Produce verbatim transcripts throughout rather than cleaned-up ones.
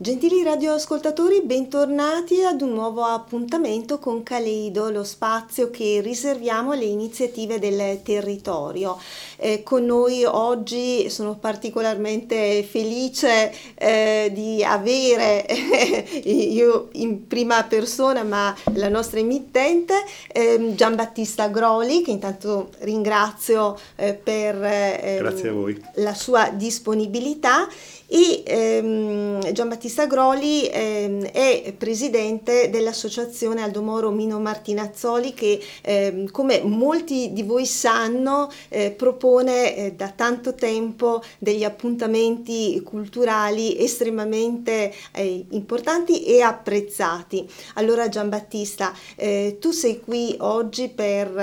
Gentili radioascoltatori, bentornati ad un nuovo appuntamento con Caleido, lo spazio che riserviamo alle iniziative del territorio. Eh, con noi oggi sono particolarmente felice eh, di avere, io in prima persona, ma la nostra emittente, eh, Giambattista Groli, che intanto ringrazio eh, per Grazie a ehm, voi. la sua disponibilità. E ehm, Giambattista Groli ehm, è presidente dell'associazione Aldo Moro Mino Martinazzoli che ehm, come molti di voi sanno eh, propone eh, da tanto tempo degli appuntamenti culturali estremamente eh, importanti e apprezzati. Allora Giambattista, eh, tu sei qui oggi per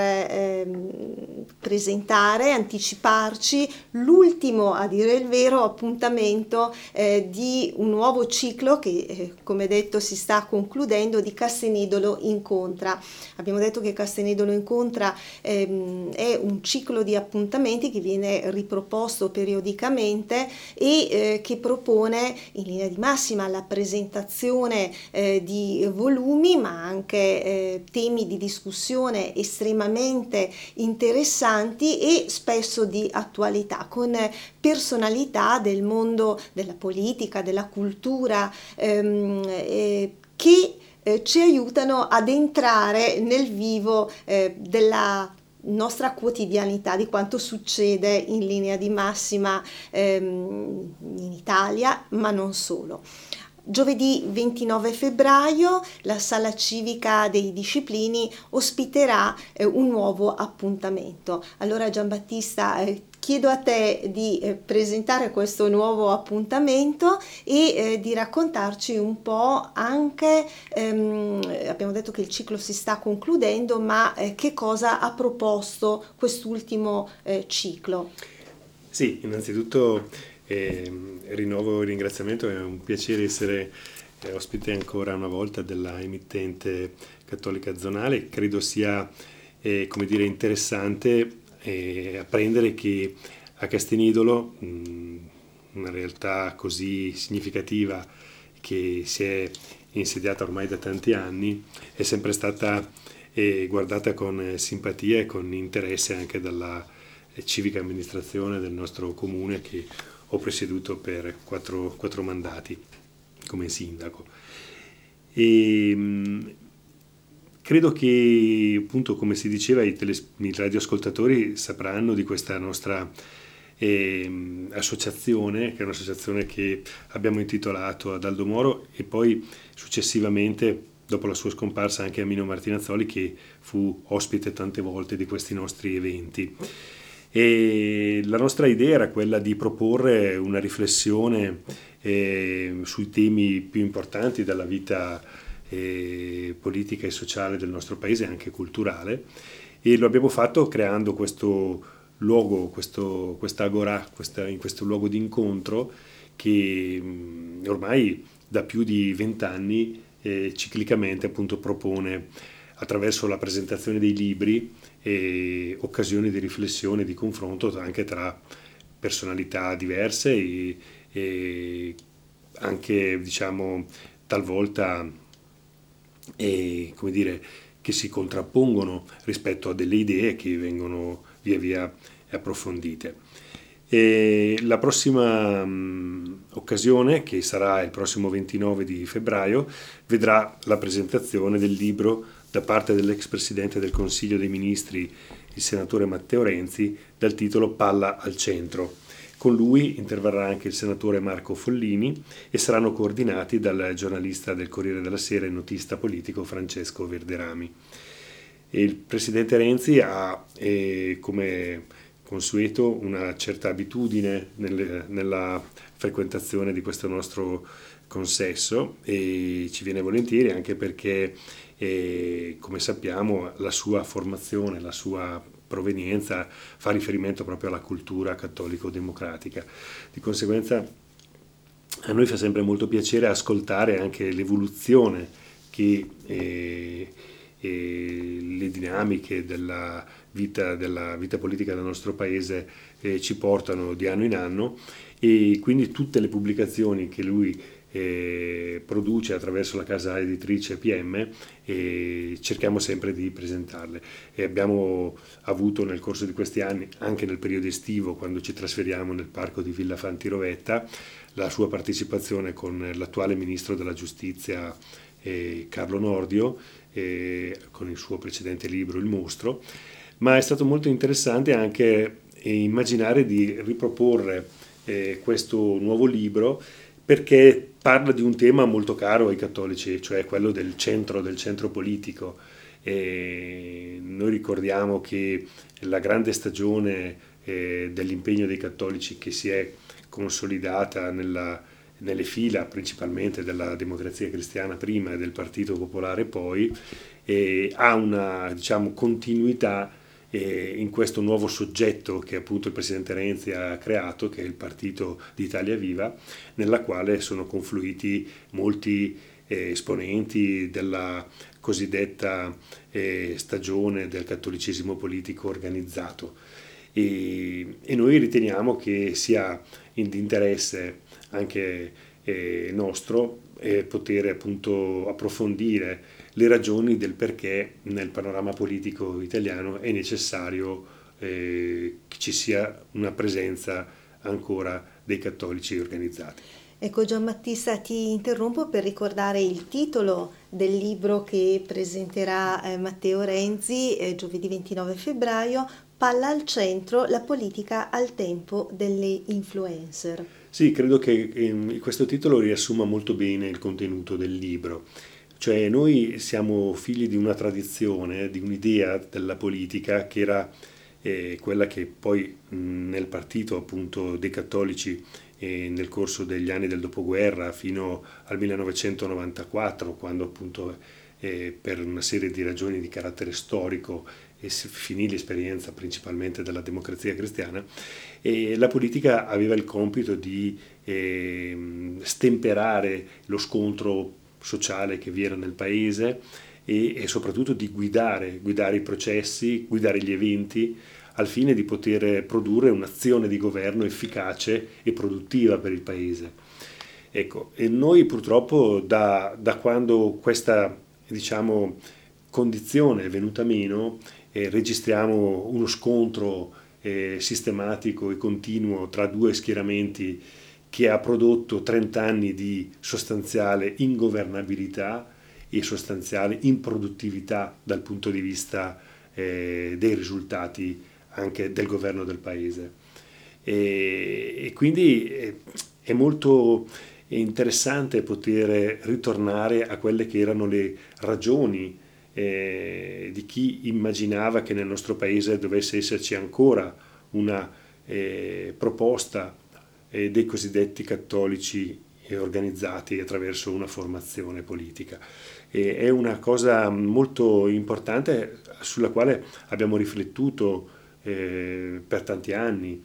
ehm, presentare, anticiparci l'ultimo, a dire il vero, appuntamento eh, di un nuovo ciclo che, eh, come detto, si sta concludendo, di Castenedolo Incontra. Abbiamo detto che Castenedolo Incontra ehm, è un ciclo di appuntamenti che viene riproposto periodicamente e eh, che propone in linea di massima la presentazione eh, di volumi, ma anche eh, temi di discussione estremamente interessanti e spesso di attualità, con personalità del mondo della politica, della cultura, ehm, eh, che eh, ci aiutano ad entrare nel vivo eh, della nostra quotidianità, di quanto succede in linea di massima ehm, in Italia, ma non solo. Giovedì ventinove febbraio la Sala Civica dei Disciplini ospiterà eh, un nuovo appuntamento. Allora Giambattista, eh, chiedo a te di eh, presentare questo nuovo appuntamento e eh, di raccontarci un po' anche, ehm, abbiamo detto che il ciclo si sta concludendo, ma eh, che cosa ha proposto quest'ultimo eh, ciclo? Sì, innanzitutto eh, rinnovo il ringraziamento, è un piacere essere eh, ospite ancora una volta della emittente cattolica zonale. Credo sia eh, come dire, interessante eh, apprendere che a Castenidolo, mh, una realtà così significativa che si è insediata ormai da tanti anni, è sempre stata eh, guardata con eh, simpatia e con interesse anche dalla eh, civica amministrazione del nostro comune che ho presieduto per quattro, quattro mandati come sindaco. E, mh, credo che, appunto, come si diceva, i, teles- i radioascoltatori sapranno di questa nostra eh, associazione, che è un'associazione che abbiamo intitolato ad Aldo Moro e poi successivamente, dopo la sua scomparsa, anche a Mino Martinazzoli, che fu ospite tante volte di questi nostri eventi. E la nostra idea era quella di proporre una riflessione eh, sui temi più importanti della vita eh, politica e sociale del nostro paese, anche culturale, e lo abbiamo fatto creando questo luogo, questo, questa agorà, questa, in questo luogo di incontro che mh, ormai da più di vent'anni eh, ciclicamente appunto propone attraverso la presentazione dei libri e occasioni di riflessione, di confronto anche tra personalità diverse e, e anche, diciamo, talvolta e, come dire, che si contrappongono rispetto a delle idee che vengono via via approfondite. E la prossima mh, occasione, che sarà il prossimo ventinove di febbraio, vedrà la presentazione del libro da parte dell'ex presidente del Consiglio dei Ministri, il senatore Matteo Renzi, dal titolo Palla al centro. Con lui interverrà anche il senatore Marco Follini e saranno coordinati dal giornalista del Corriere della Sera e notista politico Francesco Verderami. E il presidente Renzi ha, eh, come consueto, una certa abitudine nelle, nella frequentazione di questo nostro consesso e ci viene volentieri anche perché, eh, come sappiamo, la sua formazione, la sua provenienza fa riferimento proprio alla cultura cattolico-democratica. Di conseguenza a noi fa sempre molto piacere ascoltare anche l'evoluzione che eh, e le dinamiche della vita, della vita politica del nostro paese eh, ci portano di anno in anno, e quindi tutte le pubblicazioni che lui eh, produce attraverso la casa editrice P M, e cerchiamo sempre di presentarle. E abbiamo avuto nel corso di questi anni, anche nel periodo estivo, quando ci trasferiamo nel parco di Villa Fanti Rovetta, la sua partecipazione con l'attuale ministro della giustizia eh, Carlo Nordio, eh, con il suo precedente libro Il Mostro. Ma è stato molto interessante anche eh, immaginare di riproporre eh, questo nuovo libro, perché parla di un tema molto caro ai cattolici, cioè quello del centro, del centro politico. E noi ricordiamo che la grande stagione eh, dell'impegno dei cattolici, che si è consolidata nella, nelle fila principalmente della Democrazia Cristiana prima e del Partito Popolare poi, eh, ha una, diciamo, continuità eh, in questo nuovo soggetto che appunto il Presidente Renzi ha creato, che è il Partito di Italia Viva, nella quale sono confluiti molti eh, esponenti della cosiddetta eh, stagione del cattolicesimo politico organizzato. E, e noi riteniamo che sia di interesse anche eh, nostro eh, poter appunto approfondire le ragioni del perché nel panorama politico italiano è necessario eh, che ci sia una presenza ancora dei cattolici organizzati. Ecco, Giambattista, ti interrompo per ricordare il titolo del libro che presenterà eh, Matteo Renzi eh, giovedì ventinove febbraio, Palla al centro, la politica al tempo delle influencer. Sì, credo che eh, questo titolo riassuma molto bene il contenuto del libro. Cioè noi siamo figli di una tradizione, di un'idea della politica che era eh, quella che poi mh, nel partito appunto dei cattolici eh, nel corso degli anni del dopoguerra fino al millenovecentonovantaquattro, quando appunto eh, per una serie di ragioni di carattere storico e finì l'esperienza principalmente della Democrazia Cristiana, e la politica aveva il compito di eh, stemperare lo scontro sociale che vi era nel paese e, e soprattutto di guidare, guidare i processi, guidare gli eventi al fine di poter produrre un'azione di governo efficace e produttiva per il paese. Ecco, e noi purtroppo da, da quando questa, diciamo, condizione è venuta meno, eh, registriamo uno scontro eh, sistematico e continuo tra due schieramenti che ha prodotto trenta anni di sostanziale ingovernabilità e sostanziale improduttività dal punto di vista eh, dei risultati anche del governo del paese. E, e quindi eh, è molto interessante poter ritornare a quelle che erano le ragioni eh, di chi immaginava che nel nostro paese dovesse esserci ancora una eh, proposta eh, dei cosiddetti cattolici organizzati attraverso una formazione politica. E è una cosa molto importante sulla quale abbiamo riflettuto eh, per tanti anni.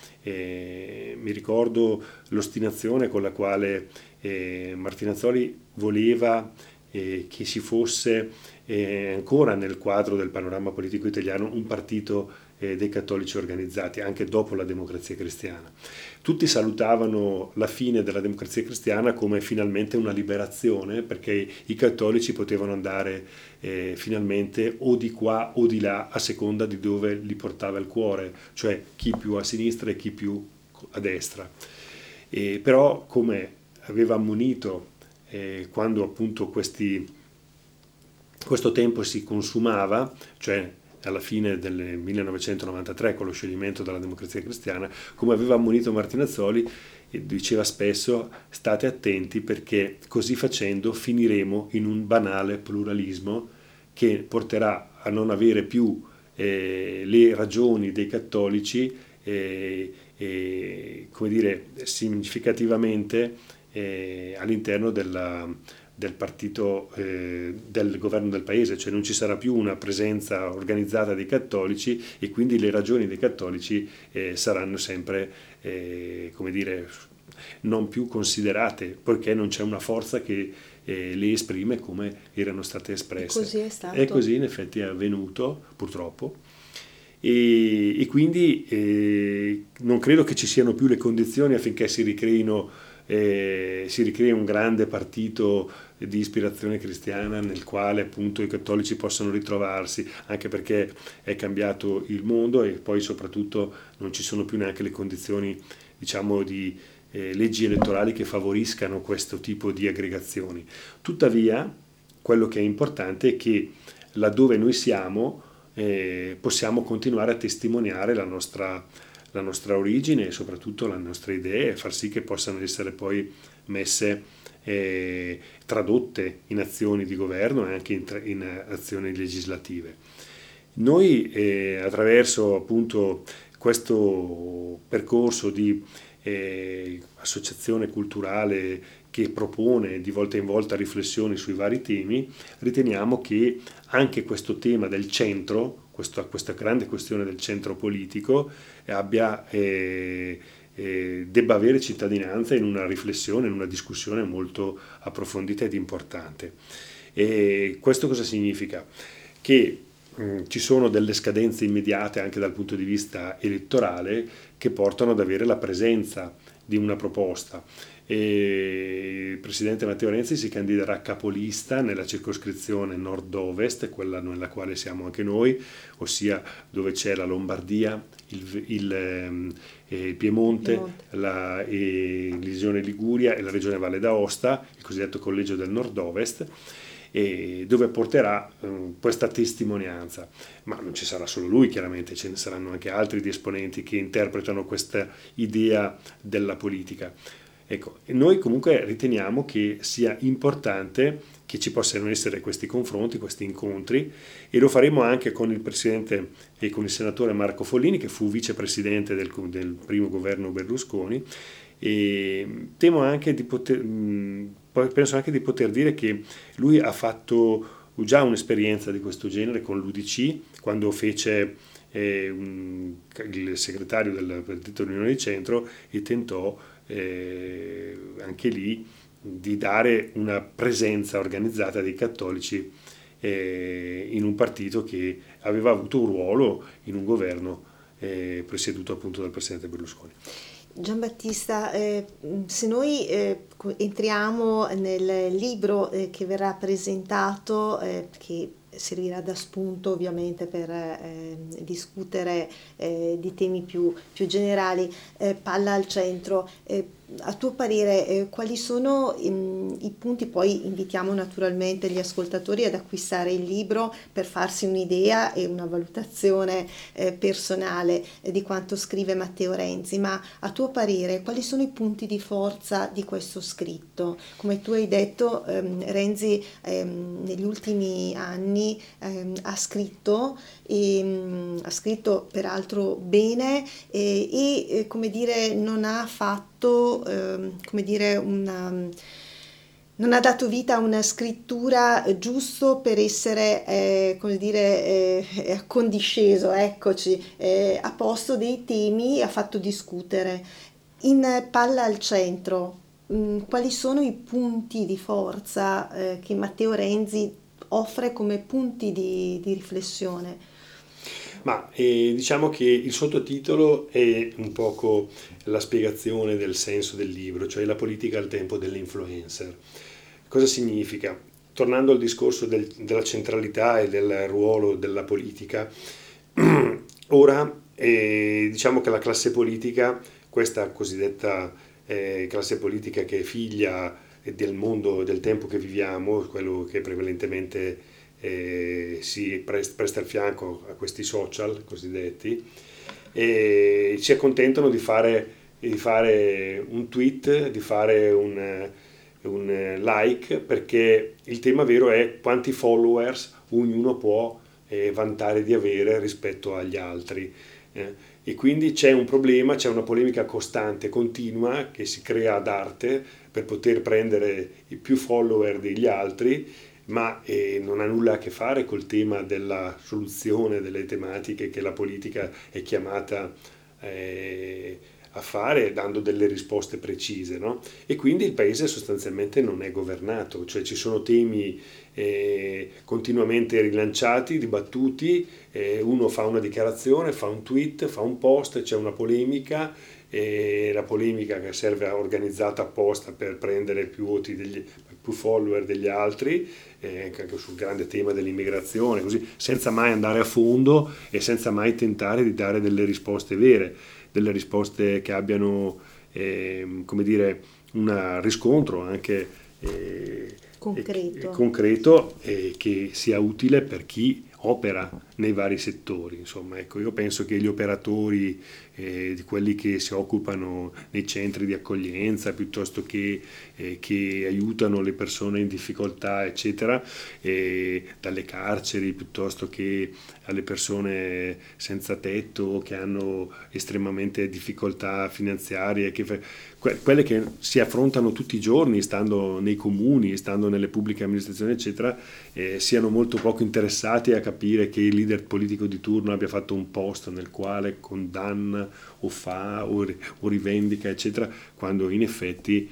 Eh, mi ricordo l'ostinazione con la quale eh, Martinazzoli voleva eh, che ci fosse eh, ancora nel quadro del panorama politico italiano un partito eh, dei cattolici organizzati, anche dopo la Democrazia Cristiana. Tutti salutavano la fine della Democrazia Cristiana come finalmente una liberazione, perché i cattolici potevano andare eh, finalmente o di qua o di là a seconda di dove li portava il cuore, cioè chi più a sinistra e chi più a destra. E però, come aveva ammonito eh, quando appunto questi, questo tempo si consumava, cioè alla fine del millenovecentonovantatré con lo scioglimento della Democrazia Cristiana, come aveva ammonito Martinazzoli, diceva spesso: state attenti, perché così facendo finiremo in un banale pluralismo che porterà a non avere più eh, le ragioni dei cattolici eh, eh, come dire, significativamente eh, all'interno della del partito eh, del governo del paese, cioè non ci sarà più una presenza organizzata dei cattolici e quindi le ragioni dei cattolici eh, saranno sempre eh, come dire non più considerate, poiché non c'è una forza che eh, le esprime come erano state espresse. E così è stato. E così in effetti è avvenuto, purtroppo. E, e quindi eh, non credo che ci siano più le condizioni affinché si ricreino eh, si ricrea un grande partito di ispirazione cristiana nel quale appunto i cattolici possano ritrovarsi, anche perché è cambiato il mondo e poi soprattutto non ci sono più neanche le condizioni, diciamo, di eh, leggi elettorali che favoriscano questo tipo di aggregazioni. Tuttavia, quello che è importante è che laddove noi siamo eh, possiamo continuare a testimoniare la nostra, la nostra origine e soprattutto le nostre idee e far sì che possano essere poi messe eh, tradotte in azioni di governo e anche in, in azioni legislative. Noi eh, attraverso appunto questo percorso di eh, associazione culturale che propone di volta in volta riflessioni sui vari temi, riteniamo che anche questo tema del centro, questo, questa grande questione del centro politico, abbia, eh, eh, debba avere cittadinanza in una riflessione, in una discussione molto approfondita ed importante. E questo cosa significa? Che mh, ci sono delle scadenze immediate anche dal punto di vista elettorale che portano ad avere la presenza di una proposta. E il presidente Matteo Renzi si candiderà capolista nella circoscrizione nord-ovest, quella nella quale siamo anche noi, ossia dove c'è la Lombardia, il, il, eh, il Piemonte, Piemonte. La e, regione Liguria e la regione Valle d'Aosta, il cosiddetto collegio del nord-ovest, e dove porterà eh, questa testimonianza. Ma non ci sarà solo lui, chiaramente, ce ne saranno anche altri di esponenti che interpretano questa idea della politica. Ecco, noi comunque riteniamo che sia importante che ci possano essere questi confronti, questi incontri, e lo faremo anche con il presidente e con il senatore Marco Follini, che fu vicepresidente del, del primo governo Berlusconi, e temo anche di poter, penso anche di poter dire che lui ha fatto già un'esperienza di questo genere con l'U D C, quando fece eh, un, il segretario del Partito Unione di Centro e tentò eh, anche lì di dare una presenza organizzata dei cattolici eh, in un partito che aveva avuto un ruolo in un governo eh, presieduto appunto dal presidente Berlusconi. Giambattista, eh, se noi eh, entriamo nel libro eh, che verrà presentato, eh, che servirà da spunto ovviamente per eh, discutere eh, di temi più, più generali, eh, Palla al centro, eh, a tuo parere eh, quali sono um, i punti? Poi invitiamo naturalmente gli ascoltatori ad acquistare il libro per farsi un'idea e una valutazione eh, personale eh, di quanto scrive Matteo Renzi, ma a tuo parere quali sono i punti di forza di questo scritto? Come tu hai detto, ehm, Renzi ehm, negli ultimi anni ehm, ha scritto e, mh, ha scritto peraltro bene e, e eh, come dire non ha fatto come dire una, non ha dato vita a una scrittura giusto per essere eh, come dire eh, accondisceso, eccoci, eh, ha posto dei temi e ha fatto discutere. In Palla al centro, mh, quali sono i punti di forza eh, che Matteo Renzi offre come punti di, di riflessione? Ma eh, diciamo che il sottotitolo è un poco la spiegazione del senso del libro, cioè la politica al tempo dell'influencer. Cosa significa? Tornando al discorso del, della centralità e del ruolo della politica, ora eh, diciamo che la classe politica, questa cosiddetta eh, classe politica che è figlia del mondo, del tempo che viviamo, quello che prevalentemente Eh, si presta il fianco a questi social cosiddetti, e si accontentano di fare, di fare un tweet, di fare un, un like, perché il tema vero è quanti followers ognuno può eh, vantare di avere rispetto agli altri. Eh. E quindi c'è un problema, c'è una polemica costante, continua, che si crea ad arte per poter prendere i più follower degli altri, ma eh, non ha nulla a che fare col tema della soluzione delle tematiche che la politica è chiamata eh, a fare, dando delle risposte precise, no? E quindi il paese sostanzialmente non è governato, cioè ci sono temi eh, continuamente rilanciati, dibattuti, eh, uno fa una dichiarazione, fa un tweet, fa un post, c'è una polemica, e la polemica che serve organizzata apposta per prendere più voti degli, più follower degli altri, eh, anche sul grande tema dell'immigrazione, così, senza mai andare a fondo e senza mai tentare di dare delle risposte vere, delle risposte che abbiano, eh, come dire, un riscontro anche eh, concreto, e, concreto e che sia utile per chi opera nei vari settori. Insomma, ecco, io penso che gli operatori, eh, di quelli che si occupano nei centri di accoglienza, piuttosto che, eh, che aiutano le persone in difficoltà, eccetera, eh, dalle carceri, piuttosto che alle persone senza tetto, che hanno estremamente difficoltà finanziarie, che, que- quelle che si affrontano tutti i giorni, stando nei comuni, stando nelle pubbliche amministrazioni, eccetera, eh, siano molto poco interessati a capire che il leader politico di turno abbia fatto un post nel quale condanna o fa o, o rivendica, eccetera, quando in effetti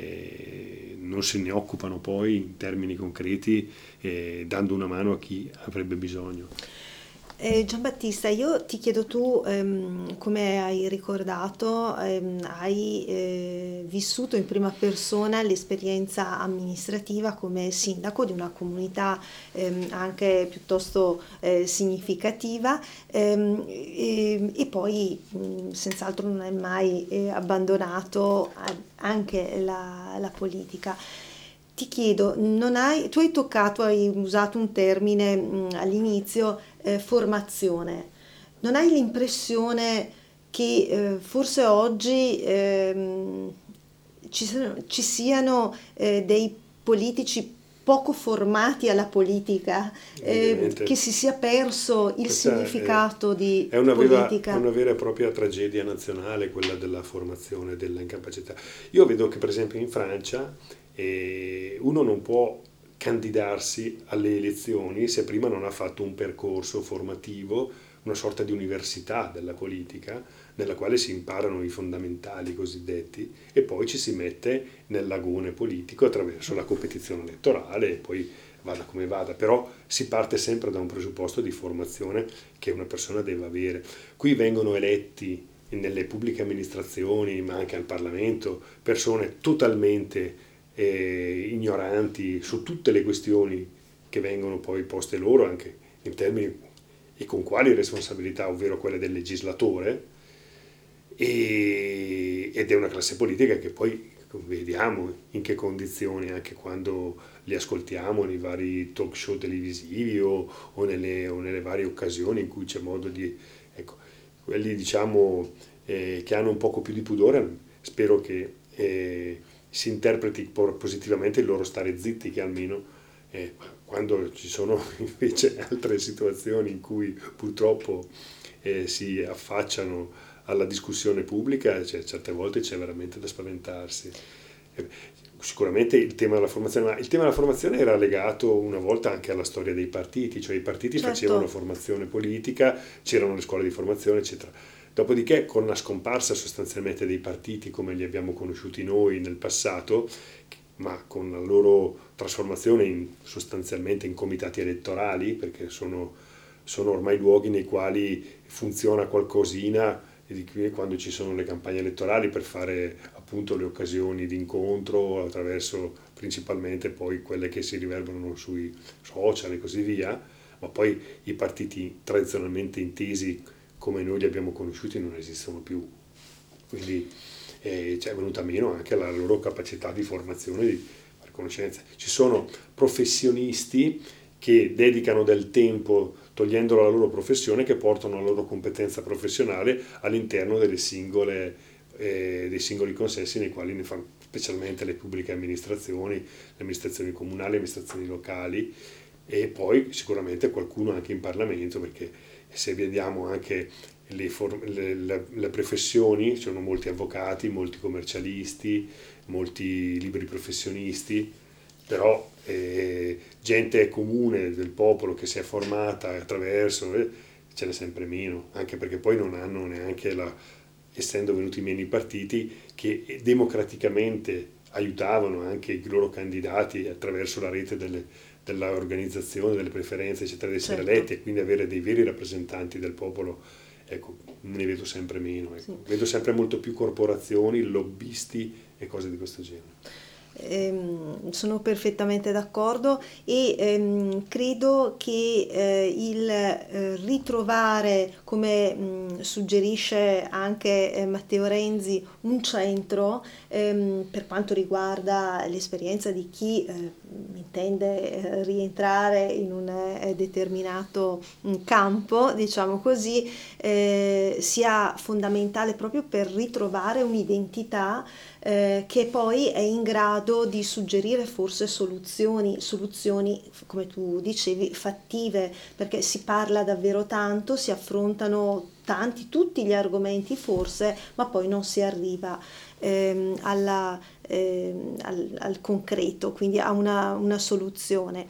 eh, non se ne occupano poi in termini concreti, eh, dando una mano a chi avrebbe bisogno. Eh, Giambattista, io ti chiedo tu, ehm, come hai ricordato, ehm, hai eh, vissuto in prima persona l'esperienza amministrativa come sindaco di una comunità ehm, anche piuttosto eh, significativa, ehm, e, e poi mh, senz'altro non hai mai eh, abbandonato a- anche la, la politica. Ti chiedo, non hai, tu hai toccato, hai usato un termine mh, all'inizio, eh, formazione. Non hai l'impressione che eh, forse oggi ehm, ci, sono- ci siano eh, dei politici poco formati alla politica, eh, che Indubbiamente. si sia perso il Questa è, significato di è una vera, è politica? una vera e propria tragedia nazionale, quella della formazione, della incapacità. Io vedo che per esempio in Francia eh, uno non può candidarsi alle elezioni se prima non ha fatto un percorso formativo, una sorta di università della politica, nella quale si imparano i fondamentali cosiddetti e poi ci si mette nel lagone politico attraverso la competizione elettorale e poi vada come vada, però si parte sempre da un presupposto di formazione che una persona deve avere. Qui vengono eletti nelle pubbliche amministrazioni, ma anche al Parlamento, persone totalmente eh, ignoranti su tutte le questioni che vengono poi poste loro, anche in termini e con quali responsabilità, ovvero quelle del legislatore, e, ed è una classe politica che poi vediamo in che condizioni, anche quando li ascoltiamo nei vari talk show televisivi o, o, nelle, o nelle varie occasioni in cui c'è modo di... Ecco, quelli diciamo eh, che hanno un poco più di pudore, spero che eh, si interpreti positivamente il loro stare zitti, che almeno eh, quando ci sono invece altre situazioni in cui purtroppo eh, si affacciano alla discussione pubblica, cioè, certe volte c'è veramente da spaventarsi. Eh, Sicuramente il tema della formazione, ma il tema della formazione era legato una volta anche alla storia dei partiti, cioè i partiti facevano Certo. formazione politica, c'erano le scuole di formazione, eccetera. Dopodiché, con la scomparsa sostanzialmente dei partiti come li abbiamo conosciuti noi nel passato, ma con la loro trasformazione in, sostanzialmente in comitati elettorali, perché sono, sono ormai luoghi nei quali funziona qualcosina e di qui quando ci sono le campagne elettorali per fare appunto le occasioni di incontro attraverso principalmente poi quelle che si riverberano sui social e così via, ma poi i partiti tradizionalmente intesi come noi li abbiamo conosciuti non esistono più, quindi eh, c'è venuta meno anche la loro capacità di formazione, di fare conoscenza. Ci sono professionisti che dedicano del tempo togliendo la loro professione, che portano la loro competenza professionale all'interno delle singole, eh, dei singoli consessi nei quali ne fanno, specialmente le pubbliche amministrazioni, le amministrazioni comunali, le amministrazioni locali e poi sicuramente qualcuno anche in Parlamento, perché se vediamo anche le, form- le, le, le professioni, ci sono molti avvocati, molti commercialisti, molti liberi professionisti, però eh, gente comune del popolo che si è formata attraverso, eh, ce n'è sempre meno, anche perché poi non hanno neanche la, essendo venuti meno i partiti che democraticamente aiutavano anche i loro candidati attraverso la rete delle, dell'organizzazione, delle preferenze, eccetera, di essere Certo. eletti e quindi avere dei veri rappresentanti del popolo ecco, ne vedo sempre meno, ecco. Sì. Vedo sempre molto più corporazioni, lobbisti e cose di questo genere. Ehm, sono perfettamente d'accordo e ehm, credo che eh, il eh, ritrovare, come mh, suggerisce anche eh, Matteo Renzi, un centro ehm, per quanto riguarda l'esperienza di chi eh, intende eh, rientrare in un eh, determinato mh, campo, diciamo così, eh, sia fondamentale proprio per ritrovare un'identità eh, che poi è in grado di suggerire forse soluzioni, soluzioni, come tu dicevi, fattive, perché si parla davvero tanto, si affrontano tanti, tutti gli argomenti forse, ma poi non si arriva ehm, alla, ehm, al, al concreto, quindi a una, una soluzione.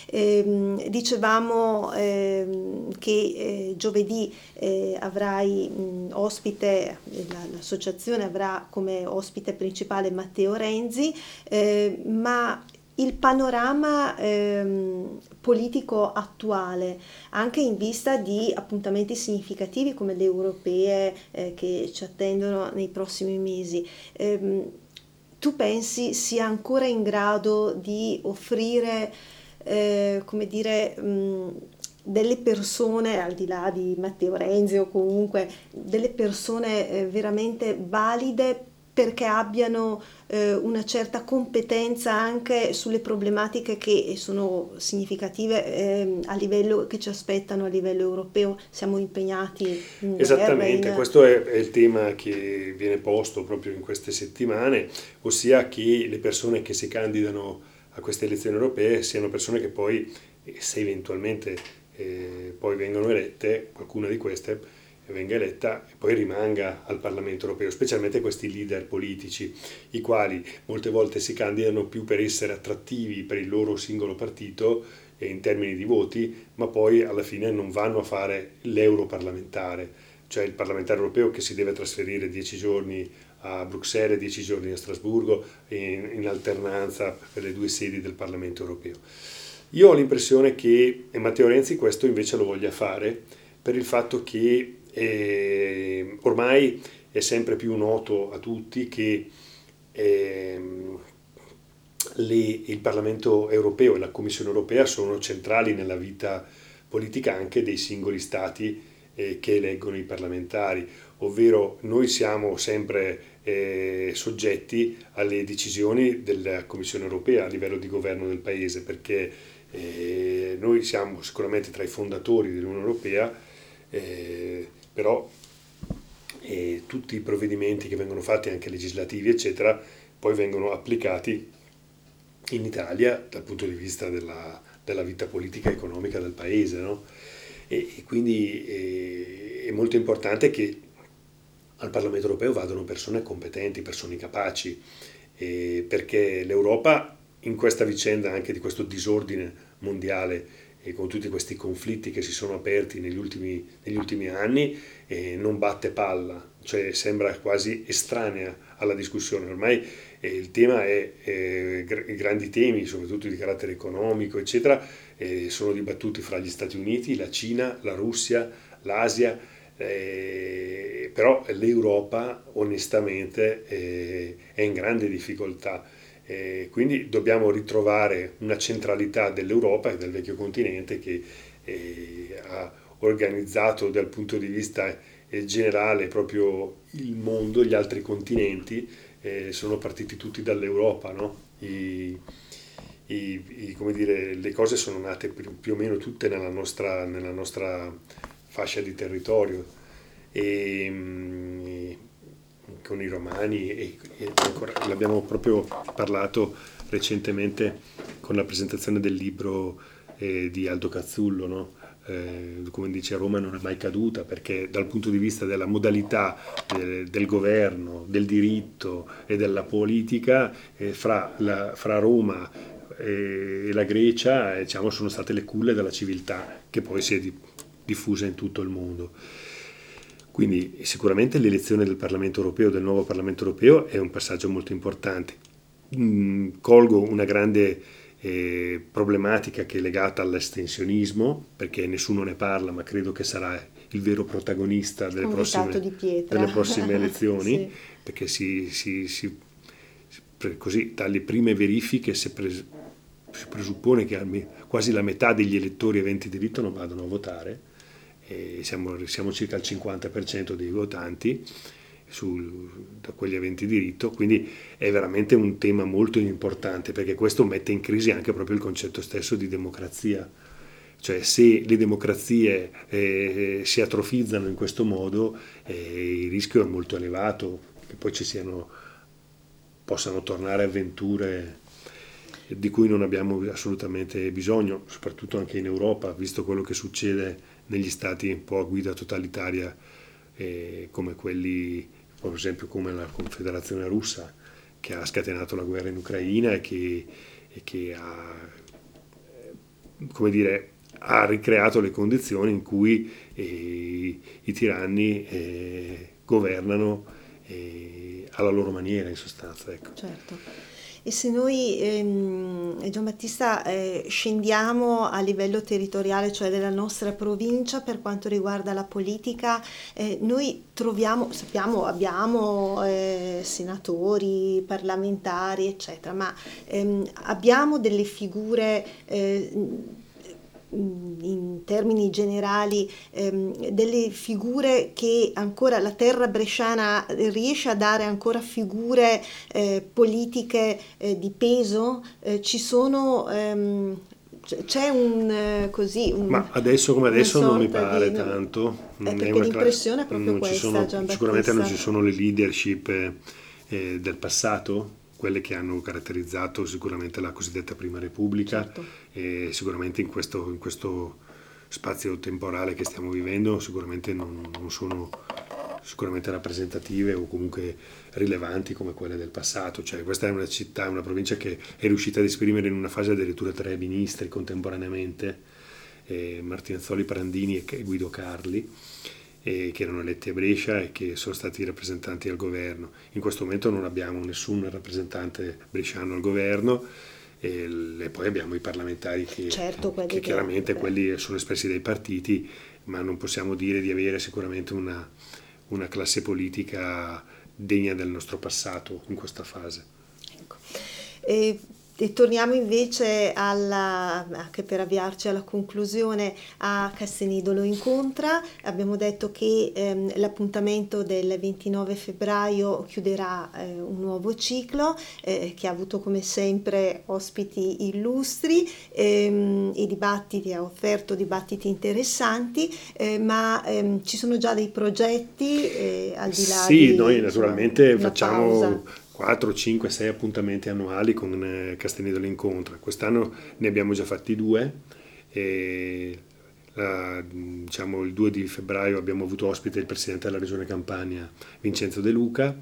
Ehm, dicevamo ehm, che eh, giovedì eh, avrai mh, ospite, la- l'associazione avrà come ospite principale Matteo Renzi, eh, ma il panorama ehm, politico attuale, anche in vista di appuntamenti significativi come le europee eh, che ci attendono nei prossimi mesi, ehm, tu pensi sia ancora in grado di offrire, eh, come dire, mh, delle persone, al di là di Matteo Renzi o comunque delle persone eh, veramente valide perché abbiano eh, una certa competenza anche sulle problematiche che sono significative eh, a livello che ci aspettano a livello europeo. Siamo impegnati in guerra, Esattamente, in... questo è, è il tema che viene posto proprio in queste settimane, ossia che le persone che si candidano a queste elezioni europee siano persone che poi, eh, se eventualmente eh, poi vengono elette, qualcuna di queste venga eletta e poi rimanga al Parlamento europeo, specialmente questi leader politici, i quali molte volte si candidano più per essere attrattivi per il loro singolo partito eh, in termini di voti, ma poi alla fine non vanno a fare l'europarlamentare, cioè il parlamentare europeo che si deve trasferire dieci giorni a Bruxelles, dieci giorni a Strasburgo, in, in alternanza per le due sedi del Parlamento europeo. Io ho l'impressione che Matteo Renzi questo invece lo voglia fare per il fatto che eh, ormai è sempre più noto a tutti che eh, le, il Parlamento europeo e la Commissione europea sono centrali nella vita politica anche dei singoli stati eh, che eleggono i parlamentari, ovvero noi siamo sempre eh, soggetti alle decisioni della Commissione europea a livello di governo del paese, perché eh, noi siamo sicuramente tra i fondatori dell'Unione Europea, eh, però eh, tutti i provvedimenti che vengono fatti, anche legislativi eccetera, poi vengono applicati in Italia dal punto di vista della, della vita politica e economica del paese, no? E, e quindi eh, è molto importante che al Parlamento europeo vadano persone competenti, persone capaci, eh, perché l'Europa in questa vicenda anche di questo disordine mondiale e con tutti questi conflitti che si sono aperti negli ultimi, negli ultimi anni eh, non batte palla, cioè sembra quasi estranea alla discussione. Ormai eh, il tema è, eh, gr- i grandi temi, soprattutto di carattere economico, eccetera, eh, sono dibattuti fra gli Stati Uniti, la Cina, la Russia, l'Asia, eh, però l'Europa onestamente eh, è in grande difficoltà. Eh, quindi dobbiamo ritrovare una centralità dell'Europa e del vecchio continente che eh, ha organizzato dal punto di vista eh, generale proprio il mondo, gli altri continenti eh, sono partiti tutti dall'Europa, no? I, i, i, come dire, le cose sono nate più, più o meno tutte nella nostra, nella nostra fascia di territorio e, e con i romani e, e ancora, l'abbiamo proprio parlato recentemente con la presentazione del libro eh, di Aldo Cazzullo, no? Eh, come dice Roma non è mai caduta, perché dal punto di vista della modalità eh, del governo, del diritto e della politica eh, fra, la, fra Roma e la Grecia eh, diciamo, sono state le culle della civiltà che poi si è di, diffusa in tutto il mondo. Quindi sicuramente l'elezione del Parlamento europeo, del nuovo Parlamento europeo, è un passaggio molto importante. Mm, colgo una grande eh, problematica che è legata all'astensionismo, perché nessuno ne parla, ma credo che sarà il vero protagonista delle Convitato prossime, di pietra. delle prossime elezioni, Sì. perché si, si, si, così dalle prime verifiche si, pres, si presuppone che quasi la metà degli elettori aventi diritto non vadano a votare, e siamo, siamo circa al cinquanta per cento dei votanti Su, da quelli aventi diritto, quindi è veramente un tema molto importante, perché questo mette in crisi anche proprio il concetto stesso di democrazia. Cioè, se le democrazie eh, si atrofizzano in questo modo, eh, il rischio è molto elevato che poi ci siano, possano tornare avventure di cui non abbiamo assolutamente bisogno, soprattutto anche in Europa, visto quello che succede negli stati un po' a guida totalitaria, eh, come quelli, per esempio come la Confederazione Russa, che ha scatenato la guerra in Ucraina e che, e che ha, come dire, ha ricreato le condizioni in cui eh, i tiranni eh, governano eh, alla loro maniera, in sostanza. Ecco. Certo. E se noi, ehm, Giambattista, eh, scendiamo a livello territoriale, cioè della nostra provincia, per quanto riguarda la politica, eh, noi troviamo, sappiamo, abbiamo eh, senatori, parlamentari, eccetera, ma ehm, abbiamo delle figure eh, in termini generali, ehm, delle figure che ancora la terra bresciana riesce a dare ancora figure eh, politiche eh, di peso, eh, ci sono ehm, c'è un eh, così un, ma adesso come adesso non mi pare di, tanto, eh, è perché una l'impressione è proprio non ci questa, sono, Giambattista. sicuramente non ci sono le leadership eh, del passato, quelle che hanno caratterizzato sicuramente la cosiddetta Prima Repubblica, certo. E sicuramente in questo, in questo spazio temporale che stiamo vivendo sicuramente non, non sono sicuramente rappresentative o comunque rilevanti come quelle del passato. Cioè, questa è una città, una provincia che è riuscita ad esprimere in una fase addirittura tre ministri contemporaneamente, eh, Martinazzoli, Prandini e Guido Carli, eh, che erano eletti a Brescia e che sono stati rappresentanti al governo. In questo momento non abbiamo nessun rappresentante bresciano al governo, e, e poi abbiamo i parlamentari che, certo, che, che chiaramente beh. quelli sono espressi dai partiti, ma non possiamo dire di avere sicuramente una, una classe politica degna del nostro passato in questa fase. Ecco. E, e torniamo invece alla, anche per avviarci alla conclusione, a Castenidolo Incontra. Abbiamo detto che ehm, l'appuntamento del ventinove febbraio chiuderà eh, un nuovo ciclo eh, che ha avuto come sempre ospiti illustri, ehm, i dibattiti, ha offerto dibattiti interessanti, eh, ma ehm, ci sono già dei progetti eh, al di là sì, di... Sì, noi naturalmente insomma, facciamo... pausa. quattro, cinque, sei appuntamenti annuali con Castenidolo Incontra. Quest'anno ne abbiamo già fatti due. E la, diciamo, il due di febbraio abbiamo avuto ospite il presidente della regione Campania, Vincenzo De Luca,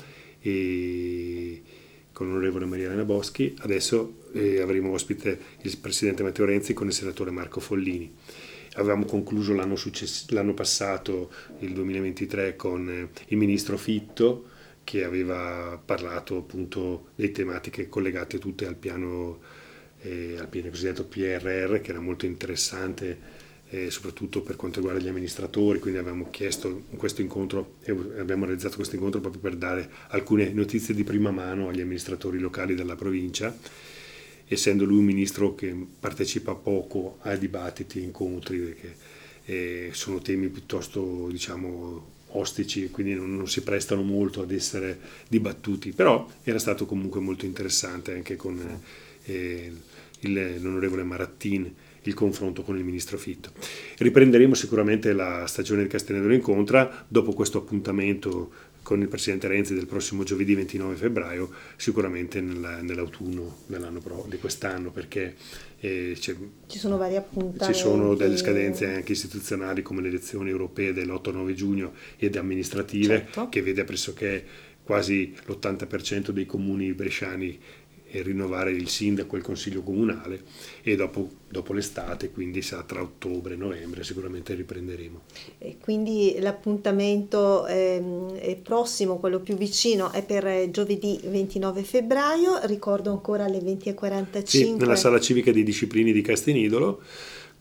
e con l'onorevole Maria Elena Boschi. Adesso eh, avremo ospite il presidente Matteo Renzi con il senatore Marco Follini. Avevamo concluso l'anno, success- l'anno passato, il duemilaventitré, con eh, il ministro Fitto, che aveva parlato appunto delle tematiche collegate tutte al piano, eh, al piano cosiddetto P R R, che era molto interessante, eh, soprattutto per quanto riguarda gli amministratori. Quindi abbiamo chiesto in questo incontro, e abbiamo realizzato questo incontro proprio per dare alcune notizie di prima mano agli amministratori locali della provincia, essendo lui un ministro che partecipa poco ai dibattiti e incontri, perché eh, sono temi piuttosto, diciamo, ostici, quindi non, non si prestano molto ad essere dibattuti, però era stato comunque molto interessante anche con eh, il, l'onorevole Marattin il confronto con il ministro Fitto. Riprenderemo sicuramente la stagione di Castenedolo Incontra dopo questo appuntamento con il presidente Renzi del prossimo giovedì ventinove febbraio, sicuramente nella, nell'autunno dell'anno pro, di quest'anno, perché eh, ci sono vari appuntamenti. Ci sono delle scadenze anche istituzionali come le elezioni europee dell'otto nove giugno ed amministrative, certo, che vede pressoché quasi l'ottanta per cento dei comuni bresciani rinnovare il sindaco e il consiglio comunale, e dopo, dopo l'estate, quindi sarà tra ottobre e novembre, sicuramente riprenderemo. E quindi l'appuntamento ehm, è prossimo, quello più vicino, è per giovedì ventinove febbraio, ricordo ancora alle venti e quarantacinque. Sì, nella sala civica dei disciplini di Castenidolo,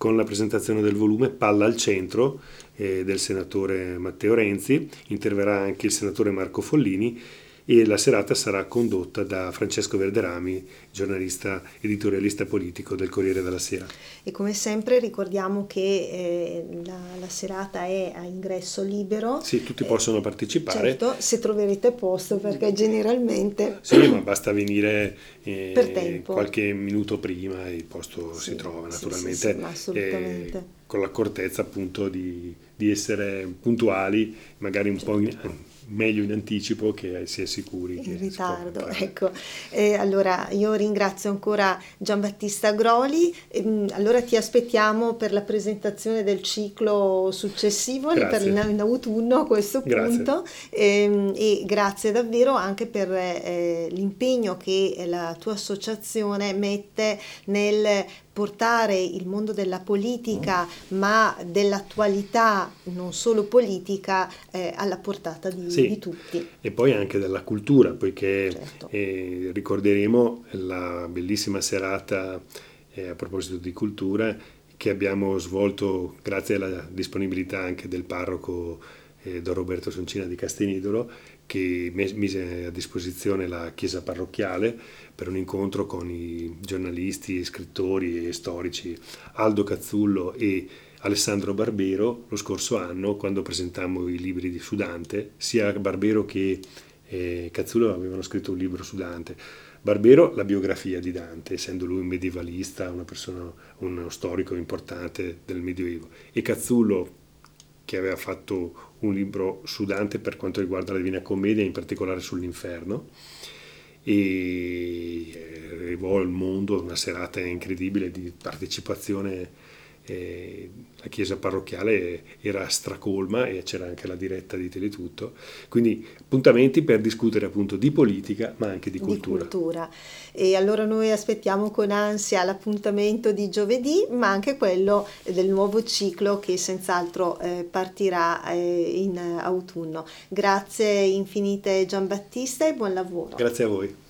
con la presentazione del volume Palla al centro eh, del senatore Matteo Renzi. Interverrà anche il senatore Marco Follini e la serata sarà condotta da Francesco Verderami, giornalista editorialista politico del Corriere della Sera. E come sempre ricordiamo che eh, la, la serata è a ingresso libero. Sì, tutti eh, possono partecipare. Certo, se troverete posto, perché generalmente... Sì, ma basta venire eh, per tempo. Qualche minuto prima e il posto sì, si trova sì, naturalmente. Sì, sì, sì, assolutamente. Eh, con l'accortezza appunto di, di essere puntuali, magari un certo. po' in, meglio in anticipo che si è sicuri in che ritardo, ecco. Eh, allora io ringrazio ancora Giambattista Groli, e, allora ti aspettiamo per la presentazione del ciclo successivo, grazie. per in, in autunno a questo punto, e, e grazie davvero anche per eh, l'impegno che la tua associazione mette nel portare il mondo della politica, ma dell'attualità non solo politica, eh, alla portata di, sì, di tutti. E poi anche della cultura, poiché certo. eh, ricorderemo la bellissima serata eh, a proposito di cultura che abbiamo svolto grazie alla disponibilità anche del parroco eh, Don Roberto Soncina di Castenidolo, che mise a disposizione la chiesa parrocchiale per un incontro con i giornalisti, scrittori e storici Aldo Cazzullo e Alessandro Barbero lo scorso anno, quando presentammo i libri di su Dante. Sia Barbero che eh, Cazzullo avevano scritto un libro su Dante. Barbero la biografia di Dante, essendo lui un medievalista, una persona, uno storico importante del Medioevo, e Cazzullo che aveva fatto un libro su Dante per quanto riguarda la Divina Commedia, in particolare sull'inferno, e arrivò al mondo una serata incredibile di partecipazione. Eh, la chiesa parrocchiale era stracolma e c'era anche la diretta di Teletutto, quindi appuntamenti per discutere appunto di politica ma anche di cultura. Di cultura. E allora noi aspettiamo con ansia l'appuntamento di giovedì, ma anche quello del nuovo ciclo che senz'altro eh, partirà eh, in autunno. Grazie infinite Giambattista e buon lavoro. Grazie a voi.